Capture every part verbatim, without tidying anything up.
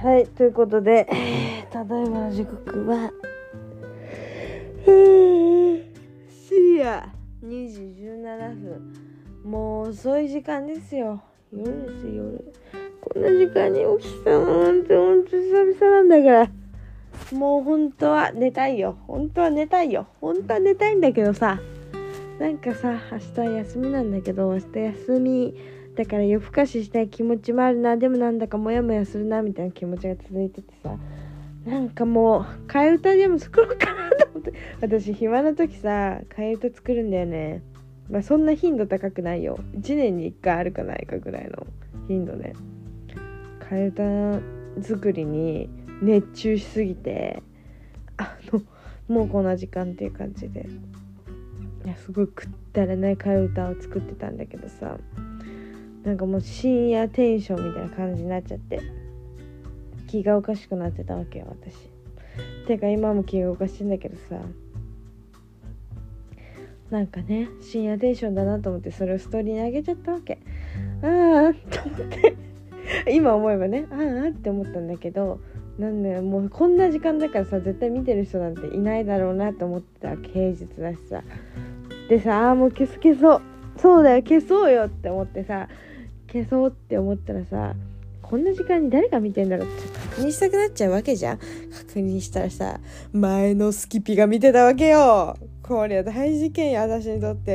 はい、ということで、ただいまの時刻は深夜にじじゅうななふん。もう遅い時間ですよ。夜ですよ、夜。こんな時間に起きたのなんてほんと久々なんだから。もう本当は寝たいよ。本当は寝たいよ。本当は寝たいんだけどさ、なんかさ、明日休みなんだけど、明日休みだから夜更かししたい気持ちもあるな。でもなんだかモヤモヤするなみたいな気持ちが続いててさ、なんかもう替え歌でも作ろうかなと思って。私暇な時さ、替え歌作るんだよね。まあそんな頻度高くないよ。いちねんにいっかいあるかないかぐらいの頻度で替え歌作りに熱中しすぎて、あのもうこんな時間っていう感じで、いやすごいくったらない替え歌を作ってたんだけどさ、なんかもう深夜テンションみたいな感じになっちゃって、気がおかしくなってたわけよ私。てか今も気がおかしいんだけどさ、なんかね深夜テンションだなと思ってそれをストーリーに上げちゃったわけ。ああと思って今思えばね、ああって思ったんだけど、なんだよ、もうこんな時間だからさ、絶対見てる人なんていないだろうなと思ってたわけ。平日だしさ。でさ、あーもう消す消そう、そうだよ消そうよって思ってさ、消そうって思ったらさ、こんな時間に誰が見てんだろうって確認したくなっちゃうわけじゃん。確認したらさ、前のスキピが見てたわけよ。こりゃ大事件よ私にとって。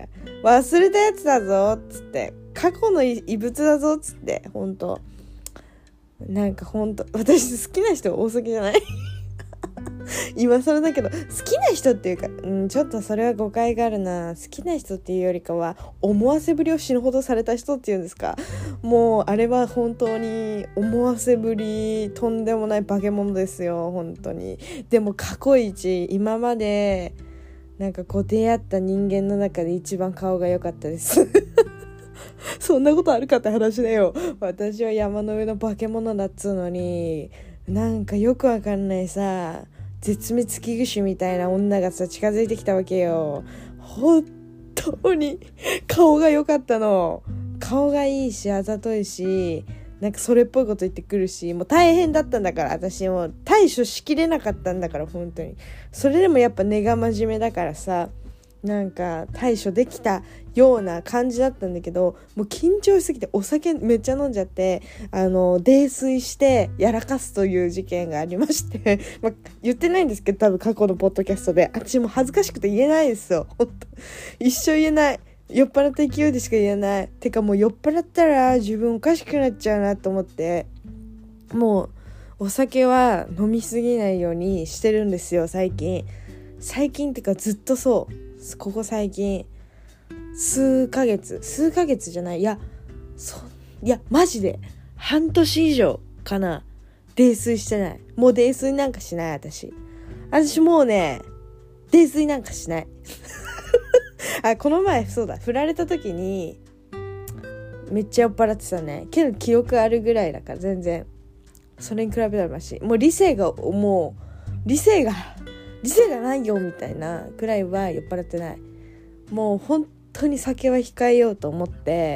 忘れたやつだぞっつって、過去の遺物だぞっつって、ほんとなんかほんと私好きな人多すぎじゃない今更だけど、好きな人っていうか、うん、ちょっとそれは誤解があるな。好きな人っていうよりかは思わせぶりを死ぬほどされた人っていうんですか。もうあれは本当に思わせぶりとんでもない化け物ですよ本当に。でも過去一今までなんかこう出会った人間の中で一番顔が良かったですそんなことあるかって話だよ。私は山の上の化け物だっつうのに、なんかよくわかんないさ、絶滅危惧種みたいな女がさ近づいてきたわけよ。本当に顔が良かったの。顔がいいしあざといし、なんかそれっぽいこと言ってくるし、もう大変だったんだから、私も対処しきれなかったんだから本当に。それでもやっぱ根が真面目だからさ、なんか対処できたような感じだったんだけど、もう緊張しすぎてお酒めっちゃ飲んじゃって、あの泥酔してやらかすという事件がありましてまあ、言ってないんですけど、多分過去のポッドキャストで私も恥ずかしくて言えないですよ本当。一生言えない、酔っ払った勢いでしか言えない。てかもう酔っ払ったら自分おかしくなっちゃうなと思って、もうお酒は飲みすぎないようにしてるんですよ最近。最近ってかずっとそう、ここ最近数ヶ月数ヶ月じゃない、いやそいやマジで半年以上かな、泥酔してない。もう泥酔なんかしない私私もうね泥酔なんかしないあ、この前そうだ、振られた時にめっちゃ酔っ払ってたね。けど記憶あるぐらいだから全然それに比べたらマシ。もう理性がもう理性が理性がないよみたいなくらいは酔っ払ってない。もう本当に酒は控えようと思って、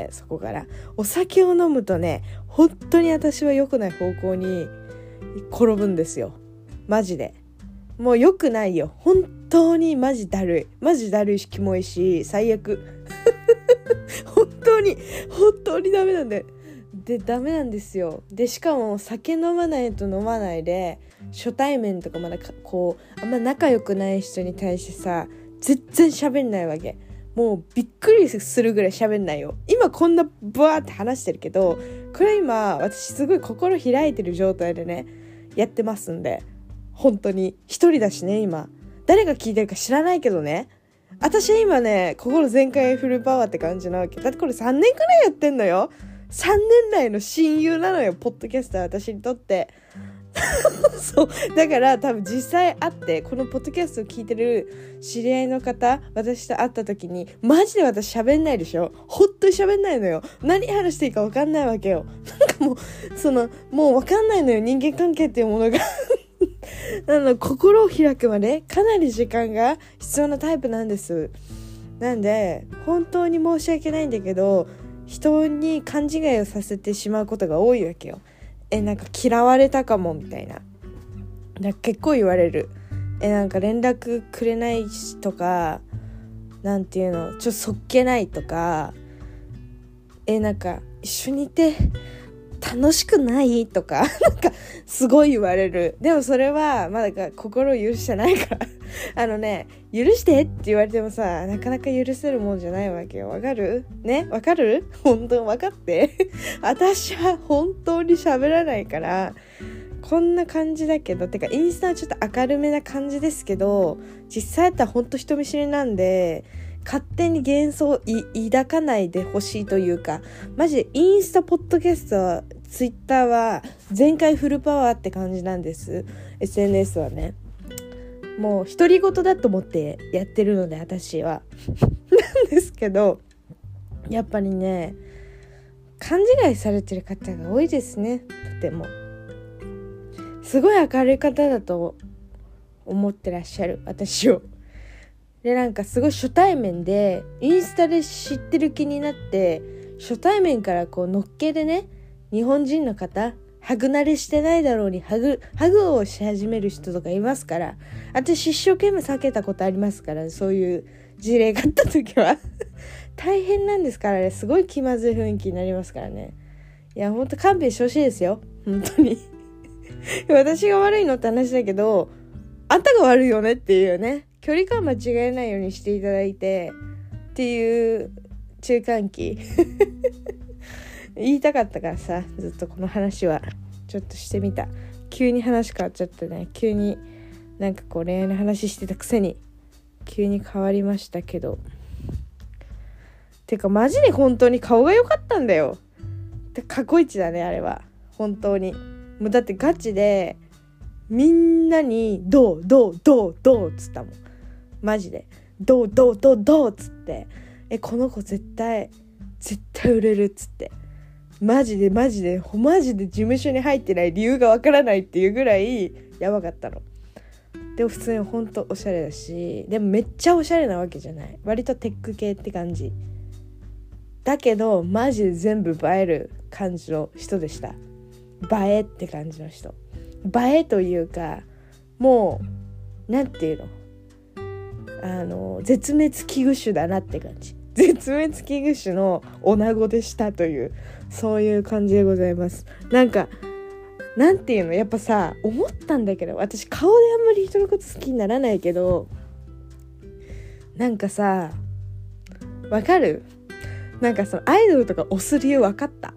そこからお酒を飲むとね、本当に私は良くない方向に転ぶんですよマジで。もう良くないよ本当に。マジだるい、マジだるいしキモいし最悪本当に本当にダメなんででダメなんですよ。でしかも酒飲まないと飲まないで、初対面とかまだこうあんま仲良くない人に対してさ全然喋んないわけ。もうびっくりするぐらい喋んないよ。今こんなブワーって話してるけど、これ今私すごい心開いてる状態でねやってますんで、本当に一人だしね、今誰が聞いてるか知らないけどね、私は今ね心全開フルパワーって感じなわけ。だってこれさんねんくらいやってんのよ。さんねん来の親友なのよポッドキャスター私にとってそうだから多分実際会ってこのポッドキャストを聞いてる知り合いの方、私と会った時にマジで私喋んないでしょ。ほんとに喋んないのよ。何話していいか分かんないわけよ。なんかもうそのもう分かんないのよ、人間関係っていうものがあの心を開くまでかなり時間が必要なタイプなんです。なんで本当に申し訳ないんだけど、人に勘違いをさせてしまうことが多いわけよ。 えなんか嫌われたかもみたいな、なんか結構言われる。えなんか連絡くれないとか、なんていうの、ちょっとそっけないとか、えなんか一緒にいて楽しくないとかなんかすごい言われる。でもそれはまだ心を許してないからあのね、許してって言われてもさ、なかなか許せるもんじゃないわけよ。わかるね、わかる本当わかって私は本当に喋らないからこんな感じだけど、てかインスタはちょっと明るめな感じですけど、実際やったら本当人見知りなんで、勝手に幻想を抱かないでほしいというか、マジでインスタ、ポッドキャスト、ツイッターは全開フルパワーって感じなんです。 エスエヌエス はね、もう独り言だと思ってやってるので私はなんですけど、やっぱりね勘違いされてる方が多いですね。とてもすごい明るい方だと思ってらっしゃる私を。でなんかすごい初対面でインスタで知ってる気になって、初対面からこうのっけでね、日本人の方ハグ慣れしてないだろうにハグハグをし始める人とかいますから、私一生懸命避けたことありますから、そういう事例があった時は大変なんですからね。すごい気まずい雰囲気になりますからね。いやほんと勘弁してほしいですよ本当に私が悪いのって話だけど、あんたが悪いよねっていうね、距離感間違えないようにしていただいてっていう中間期言いたかったからさ、ずっとこの話はちょっとしてみた。急に話変わっちゃってね、急になんかこう恋愛の話してたくせに急に変わりましたけど、てかマジで本当に顔が良かったんだよ。で過去一だねあれは本当に。もうだってガチでみんなにどうどうどうどうっつったもん。マジでどうどうどうどうっつって、えこの子絶対絶対売れるっつって、マジでマジでマジで事務所に入ってない理由がわからないっていうぐらいやばかったの。でも普通にほんとおしゃれだし、でもめっちゃおしゃれなわけじゃない、割とテック系って感じだけど、マジで全部映える感じの人でした。映えって感じの人、映えというか、もうなんていうの、あの絶滅危惧種だなって感じ、絶滅危惧種の女子でしたという、そういう感じでございます。なんかなんていうの、やっぱさ思ったんだけど、私顔であんまり人のこと好きにならないけど、なんかさわかる、なんかそのアイドルとか推す理由わかった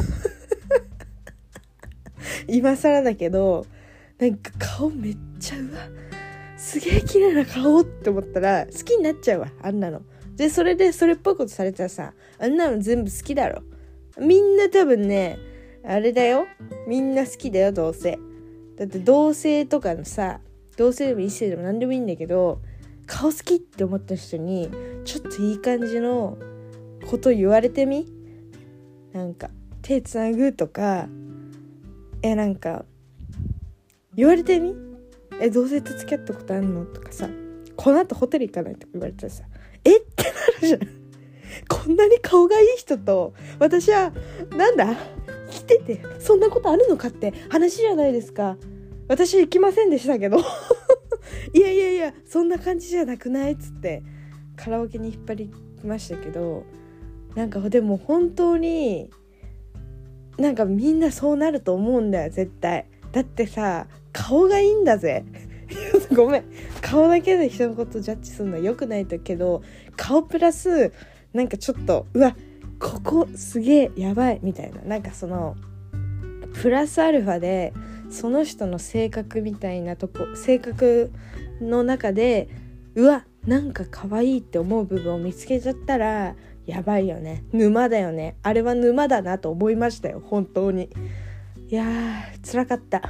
今更だけど、なんか顔めっちゃうわすげえ綺麗な顔って思ったら好きになっちゃうわ、あんなの。でそれでそれっぽいことされたらさ、あんなの全部好きだろ。みんな多分ねあれだよ、みんな好きだよどうせ。だって同性とかのさ、同性でも異性でも何でもいいんだけど、顔好きって思った人にちょっといい感じのこと言われてみ、なんか手つなぐとか、えなんか言われてみ、え同性と付き合ったことあるのとかさ、この後ホテル行かないとか言われたらさ、えってなるじゃん。こんなに顔がいい人と私はなんだ生きててそんなことあるのかって話じゃないですか。私行きませんでしたけどいやいやいやそんな感じじゃなくないっつってカラオケに引っ張りましたけど、なんかでも本当になんかみんなそうなると思うんだよ絶対。だってさ顔がいいんだぜごめん、顔だけで人のことジャッジするのは良くないとけど、顔プラスなんかちょっとうわここすげえやばいみたいな、なんかそのプラスアルファでその人の性格みたいなとこ、性格の中でうわなんか可愛いって思う部分を見つけちゃったらやばいよね、沼だよね。あれは沼だなと思いましたよ本当に。いやー辛かった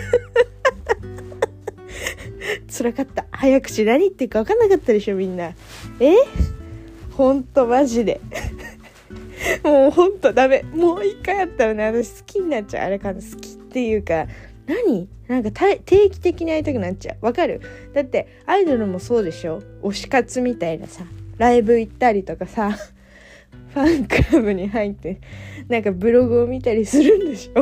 辛かった。早口何言ってるか分かんなかったでしょみんな。えほんとマジでもうほんとダメ、もう一回やったらね私好きになっちゃう。あれか好きっていうか何なんか定期的に会いたくなっちゃう。わかる？だってアイドルもそうでしょ、推し活みたいなさ、ライブ行ったりとかさファンクラブに入ってなんかブログを見たりするんでしょ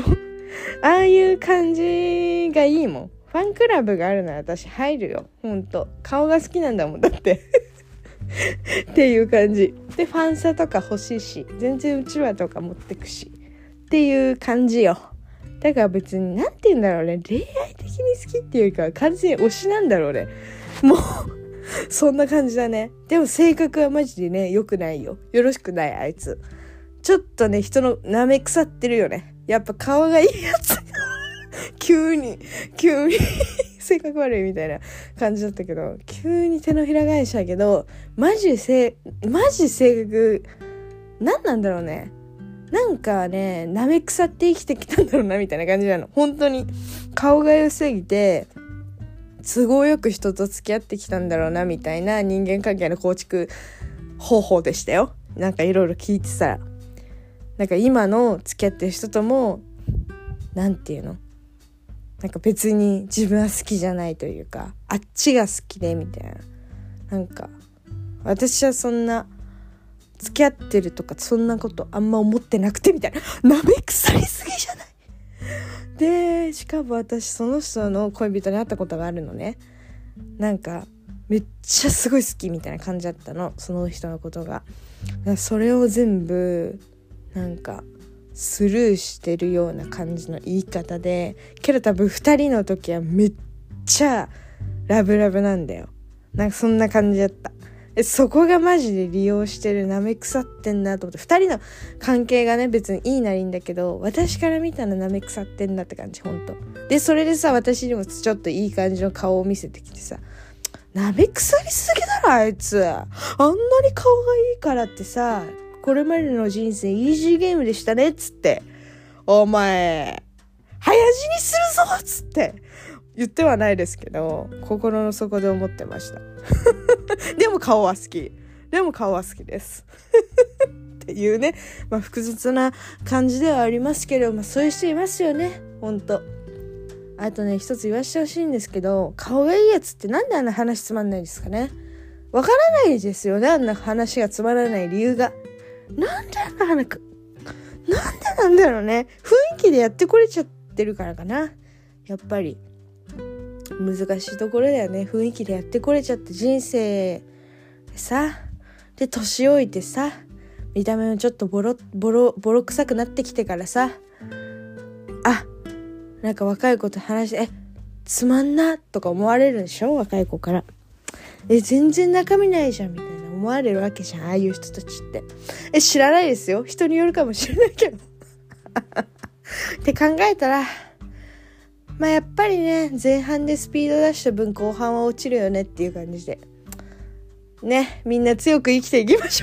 ああいう感じがいいもん。ファンクラブがあるなら私入るよ。ほんと顔が好きなんだもんだってっていう感じで、ファンサとか欲しいし、全然うちわとか持ってくしっていう感じよ。だから別になんて言うんだろうね、恋愛的に好きっていうか完全に推しなんだろうね、もうそんな感じだね。でも性格はマジでね良くないよ。よろしくない。あいつちょっとね人の舐め腐ってるよね。やっぱ顔がいいやつ急に急に性格悪いみたいな感じだったけど、急に手のひら返しだけど、マジせマジ性格何なんだろうね。なんかね舐め腐って生きてきたんだろうなみたいな感じなの。本当に顔が良すぎて都合よく人と付き合ってきたんだろうなみたいな人間関係の構築方法でしたよ。なんかいろいろ聞いてたら、なんか今の付き合ってる人ともなんていうの、なんか別に自分は好きじゃないというか、あっちが好きでみたいな、なんか私はそんな付き合ってるとかそんなことあんま思ってなくてみたいな、なめ腐りすぎじゃないで、しかも私その人の恋人に会ったことがあるのね。なんかめっちゃすごい好きみたいな感じだったの、その人のことが。だからそれを全部なんかスルーしてるような感じの言い方で、けど多分ふたりの時はめっちゃラブラブなんだよ。なんかそんな感じだった。でそこがマジで利用してる、舐め腐ってんなと思って。ふたりの関係がね別にいいならいいんだけど、私から見たら舐め腐ってんなって感じ、ほんと。でそれでさ、私にもちょっといい感じの顔を見せてきてさ、舐め腐りすぎだろあいつ、あんなに顔がいいからってさ、これまでの人生イージーゲームでしたねっつって、お前早死にするぞっつって言ってはないですけど、心の底で思ってましたでも顔は好き、でも顔は好きですっていうね、まあ複雑な感じではありますけど、まあそういう人いますよね、ほんと。あとね一つ言わせてほしいんですけど、顔がいいやつってなんであんな話つまんないですかね。わからないですよね、あんな話がつまらない理由が。なんであんな話、なんでなんだろうね。雰囲気でやってこれちゃってるからかな。やっぱり難しいところだよね。雰囲気でやってこれちゃって人生さ、で年老いてさ、見た目もちょっとボロボロボロ臭くなってきてからさ、あ、なんか若い子と話して、えつまんなとか思われるでしょ、若い子から。え全然中身ないじゃんみたいな思われるわけじゃん、ああいう人たちって。え知らないですよ、人によるかもしれないけどって考えたら、まあやっぱりね、前半でスピード出した分後半は落ちるよねっていう感じでね、みんな強く生きていきましょ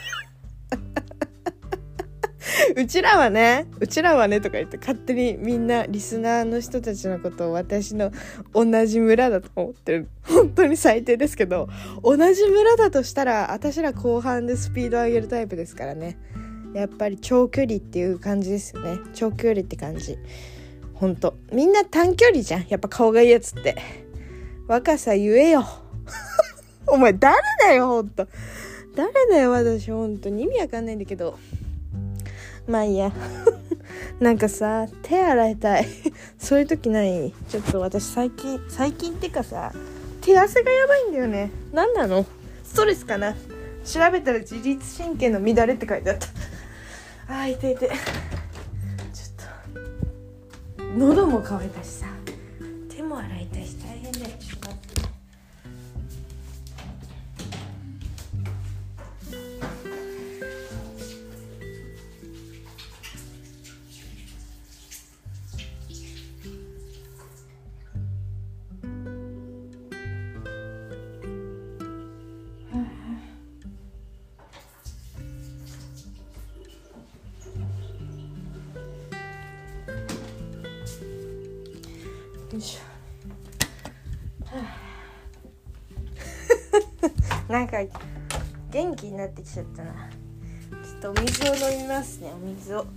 ううちらはねうちらはねとか言って勝手にみんなリスナーの人たちのことを私の同じ村だと思ってる。本当に最低ですけど、同じ村だとしたら私ら後半でスピード上げるタイプですからね。やっぱり長距離っていう感じですよね。長距離って感じ。ほんとみんな短距離じゃん、やっぱ顔がいいやつって。若さ言えよお前誰だよ、ほんと誰だよ私、ほんとに意味わかんないんだけど、まあいいやなんかさ、手洗いたいそういう時ない？ちょっと私最近最近ってかさ、手汗がやばいんだよね。なんなの？ストレスかな。調べたら自律神経の乱れって書いてあった。あー痛い痛い。ちょっと喉も渇いたしさ、手も洗いたいし大変だよ。ちょっと待って。よいしょ、はあ、なんか元気になってきちゃったな。ちょっとお水を飲みますね、お水をは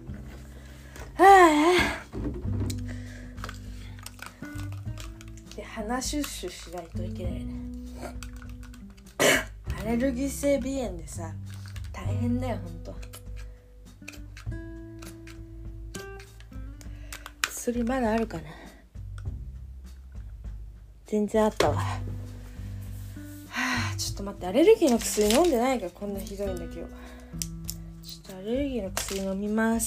あ、で鼻シュッシュしないといけないね。アレルギー性鼻炎でさ大変だよほんと。薬まだあるかな。全然あったわ。はあ、ちょっと待って、アレルギーの薬飲んでないからこんなひどいんだけど。ちょっとアレルギーの薬飲みます。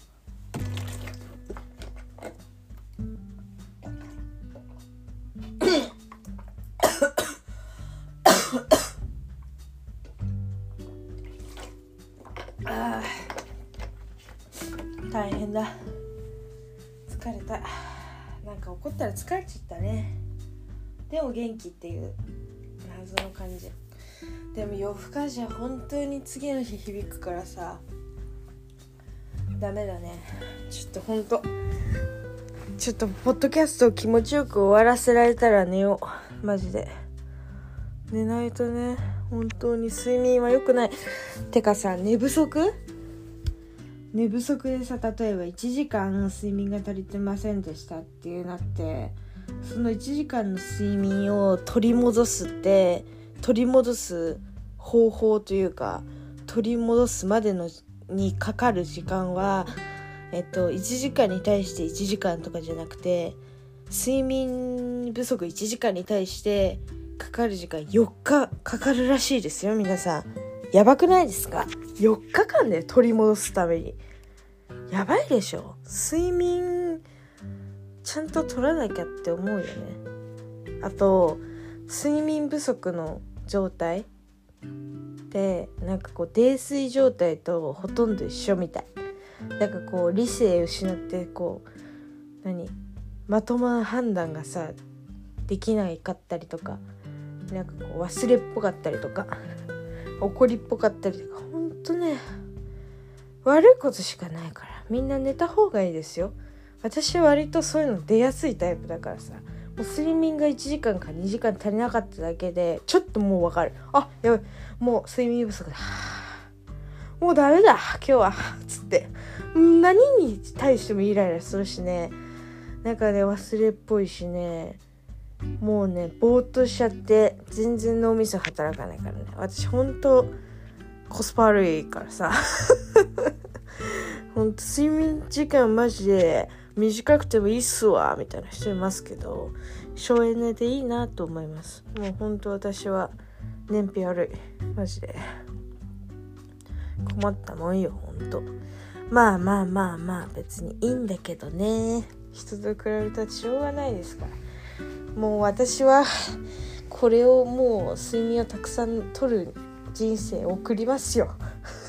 ああ、大変だ。疲れた。なんか怒ったら疲れちゃったね。でも元気っていう謎の感じ。でも夜更かしは本当に次の日響くからさ、ダメだね。ちょっと本当ちょっとポッドキャストを気持ちよく終わらせられたら寝よう。マジで寝ないとね、本当に睡眠は良くない。てかさ、寝不足寝不足でさ、例えばいちじかん睡眠が足りてませんでしたっていうなって、そのいちじかんの睡眠を取り戻すって取り戻す方法というか、取り戻すまでのにかかる時間はえっといちじかんに対していちじかんとかじゃなくて、睡眠不足いちじかんに対してかかる時間よっかかかるらしいですよ。皆さんやばくないですか？よっかかんで取り戻すために。やばいでしょ。睡眠ちゃんと取らなきゃって思うよね。あと睡眠不足の状態でなんかこう泥酔状態とほとんど一緒みたい。なんかこう理性失ってこう何まともな判断がさできないかったりとか、なんかこう忘れっぽかったりとか怒りっぽかったりとか、ほんとね悪いことしかないから、みんな寝た方がいいですよ。私は割とそういうの出やすいタイプだからさ、もう睡眠がいちじかんかにじかん足りなかっただけでちょっともう分かる。あ、やばい、もう睡眠不足だ、もうダメだ今日はつって何に対してもイライラするしね、なんかね忘れっぽいしね、もうねぼーっとしちゃって全然脳みそ働かないからね。私ほんとコスパ悪いからさほんと睡眠時間マジで短くてもいいっすわみたいな人いますけど、省エネでいいなと思います。もうほんと私は燃費悪い、マジで困ったもんよほんと。まあまあまあまあ別にいいんだけどね、人と比べたらしょうがないですから。もう私はこれをもう睡眠をたくさん取る人生を送りますよ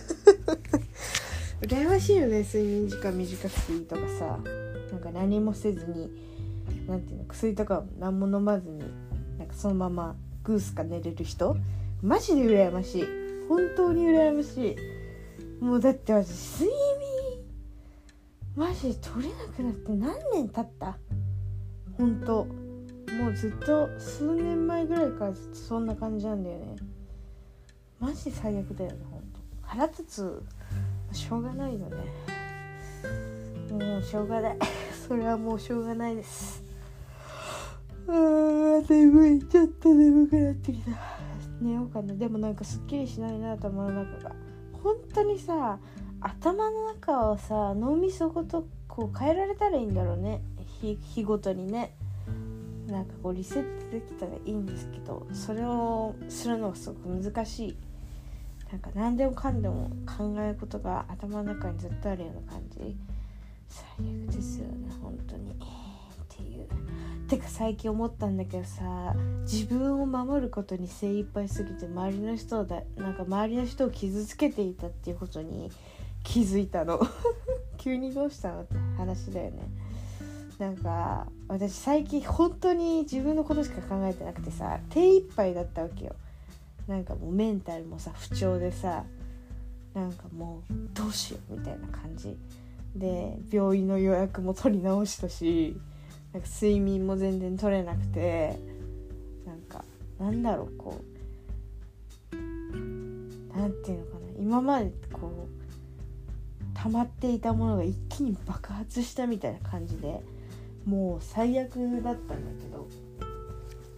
羨ましいよね、睡眠時間短くていいとかさ、なんか何もせずに、なんていうの、薬とか何も飲まずになんかそのままグースか寝れる人、マジで羨ましい、本当に羨ましい。もうだって私睡眠マジで取れなくなって何年経った、本当もうずっと数年前ぐらいからずっとそんな感じなんだよね。マジ最悪だよね本当。腹立つ、しょうがないよね、もうしょうがないそれはもうしょうがないです。あー眠い、ちょっと眠くなってきた、寝ようかな。でもなんかすっきりしないな、頭の中が。本当にさ、頭の中をさ脳みそごとこう変えられたらいいんだろうね、 日, 日ごとにね。なんかこうリセットできたらいいんですけど、それをするのがすごく難しい。なんか何でもかんでも考えることが頭の中にずっとあるような感じ。最悪ですよね本当にっていう。てか最近思ったんだけどさ、自分を守ることに精一杯すぎて周りの人をだなんか周りの人を傷つけていたっていうことに気づいたの急にどうしたのって話だよね。なんか私最近本当に自分のことしか考えてなくてさ、手一杯だったわけよ。なんかもうメンタルもさ不調でさ、なんかもうどうしようみたいな感じで、病院の予約も取り直したし、なんか睡眠も全然取れなくて、なんかなんだろう、こうなんていうのかな、今までこう溜まっていたものが一気に爆発したみたいな感じで、もう最悪だったんだけど、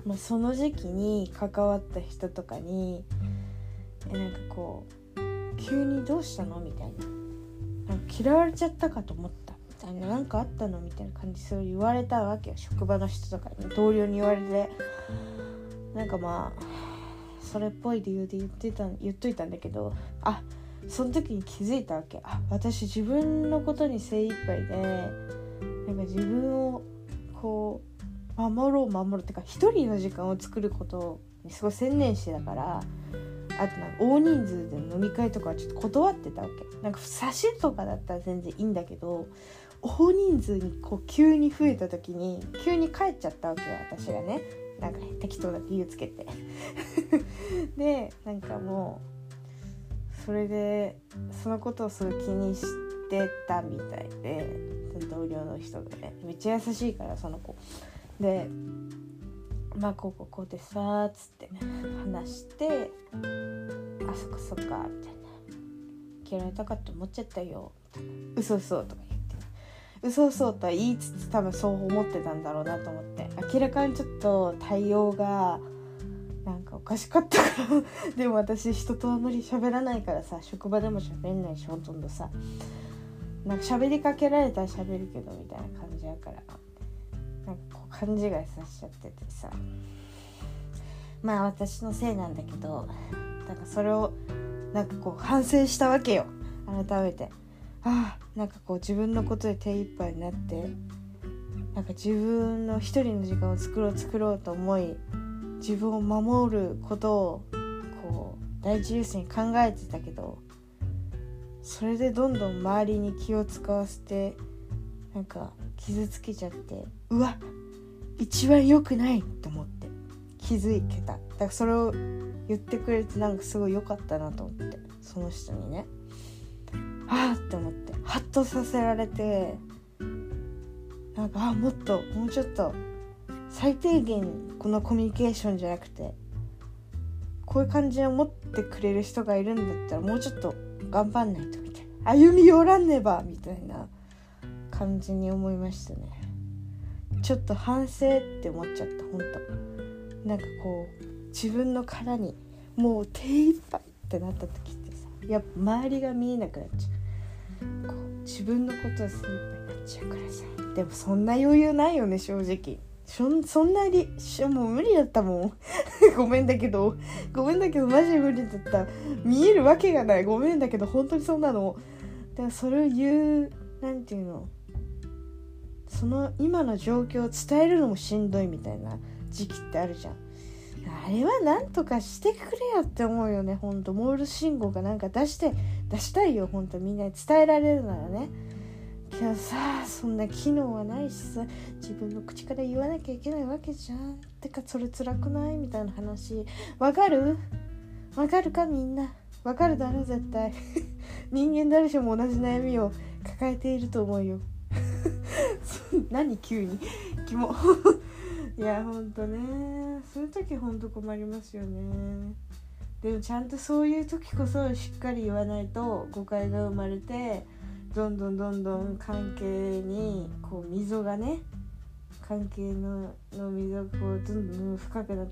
まあ、その時期に関わった人とかにえなんかこう急にどうしたのみたいな、なんか嫌われちゃったかと思ったみたいな、なんかあったのみたいな感じそう言われたわけよ。職場の人とかに同僚に言われて、なんかまあそれっぽい理由で言ってた言っといたんだけど、あその時に気づいたわけ。あ私自分のことに精一杯でなんか自分をこう守ろう守るってか一人の時間を作ることにすごい専念してたから、あとなんか大人数で飲み会とかはちょっと断ってたわけ。なんか差しとかだったら全然いいんだけど、大人数にこう急に増えた時に急に帰っちゃったわけよ私がね。なんか適当な理由つけてでなんかもうそれでそのことをすごい気にしてたみたいで、同僚の人がねめっちゃ優しいからその子で、まあこうこうこうでさーつって話して、あそっかそっかみたいな、嫌われたかって思っちゃったよ嘘嘘とか言って、嘘嘘とは言いつつ多分そう思ってたんだろうなと思って、明らかにちょっと対応がなんかおかしかったからでも私人とあんまり喋らないからさ、職場でも喋んないしほとんどさ、なんか喋りかけられたら喋るけどみたいな感じやから、なんかこう勘違いさせちゃっててさ、まあ私のせいなんだけど、なんかそれをなんかこう反省したわけよ改めて。ああなんかこう自分のことで手一杯になって、なんか自分の一人の時間を作ろう作ろうと思い、自分を守ることをこう第一優先に考えてたけど、それでどんどん周りに気を使わせてなんか傷つけちゃって、うわ一番良くないと思って気づけた。だからそれを言ってくれてなんかすごい良かったなと思って、その人にねあーって思ってハッとさせられて、なんかあもっともうちょっと最低限このコミュニケーションじゃなくてこういう感じで思ってくれる人がいるんだったらもうちょっと頑張んないとみたいな、歩み寄らねばみたいな感じに思いましたね。ちょっと反省って思っちゃった。本当なんかこう自分の殻にもう手一杯ってなった時ってさ、やっぱ周りが見えなくなっちゃう、こう自分のことは精一杯になっちゃうからさ。でもそんな余裕ないよね正直。そん、そんなにもう無理だったもんごめんだけどごめんだけどマジ無理だった。見えるわけがない。ごめんだけど本当にそうなの。だからそれを言うなんていうの、その今の状況を伝えるのもしんどいみたいな時期ってあるじゃん。あれはなんとかしてくれよって思うよね。ほんとモールス信号かなんか出して出したいよ。ほんとみんなに伝えられるならね。けどさそんな機能はないしさ、自分の口から言わなきゃいけないわけじゃん。てかそれ辛くないみたいな話わかるわかるかみんなわかるだろ絶対人間誰しも同じ悩みを抱えていると思うよ何急にキモいやほんとね、そういう時ほんと困りますよね。でもちゃんとそういう時こそしっかり言わないと誤解が生まれて、どんどんどんどん関係にこう溝がね関係のの溝がこうどんどん深くなって、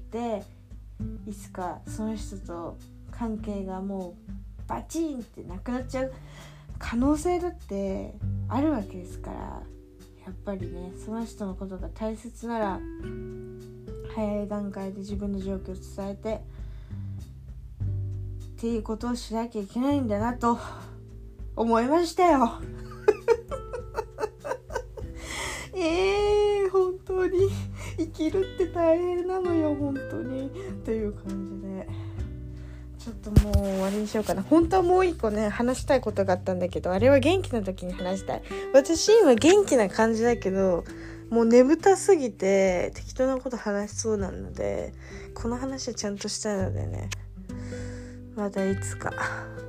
いつかその人と関係がもうバチンってなくなっちゃう可能性だってあるわけですから、やっぱりねその人のことが大切なら早い段階で自分の状況を伝えてっていうことをしなきゃいけないんだなと思いましたよえー本当に生きるって大変なのよ本当にっていう感じで、ちょっともう終わりにしようかな。本当はもう一個ね話したいことがあったんだけど、あれは元気な時に話したい。私今元気な感じだけどもう眠たすぎて適当なこと話しそうなので、この話はちゃんとしたいのでね、またいつか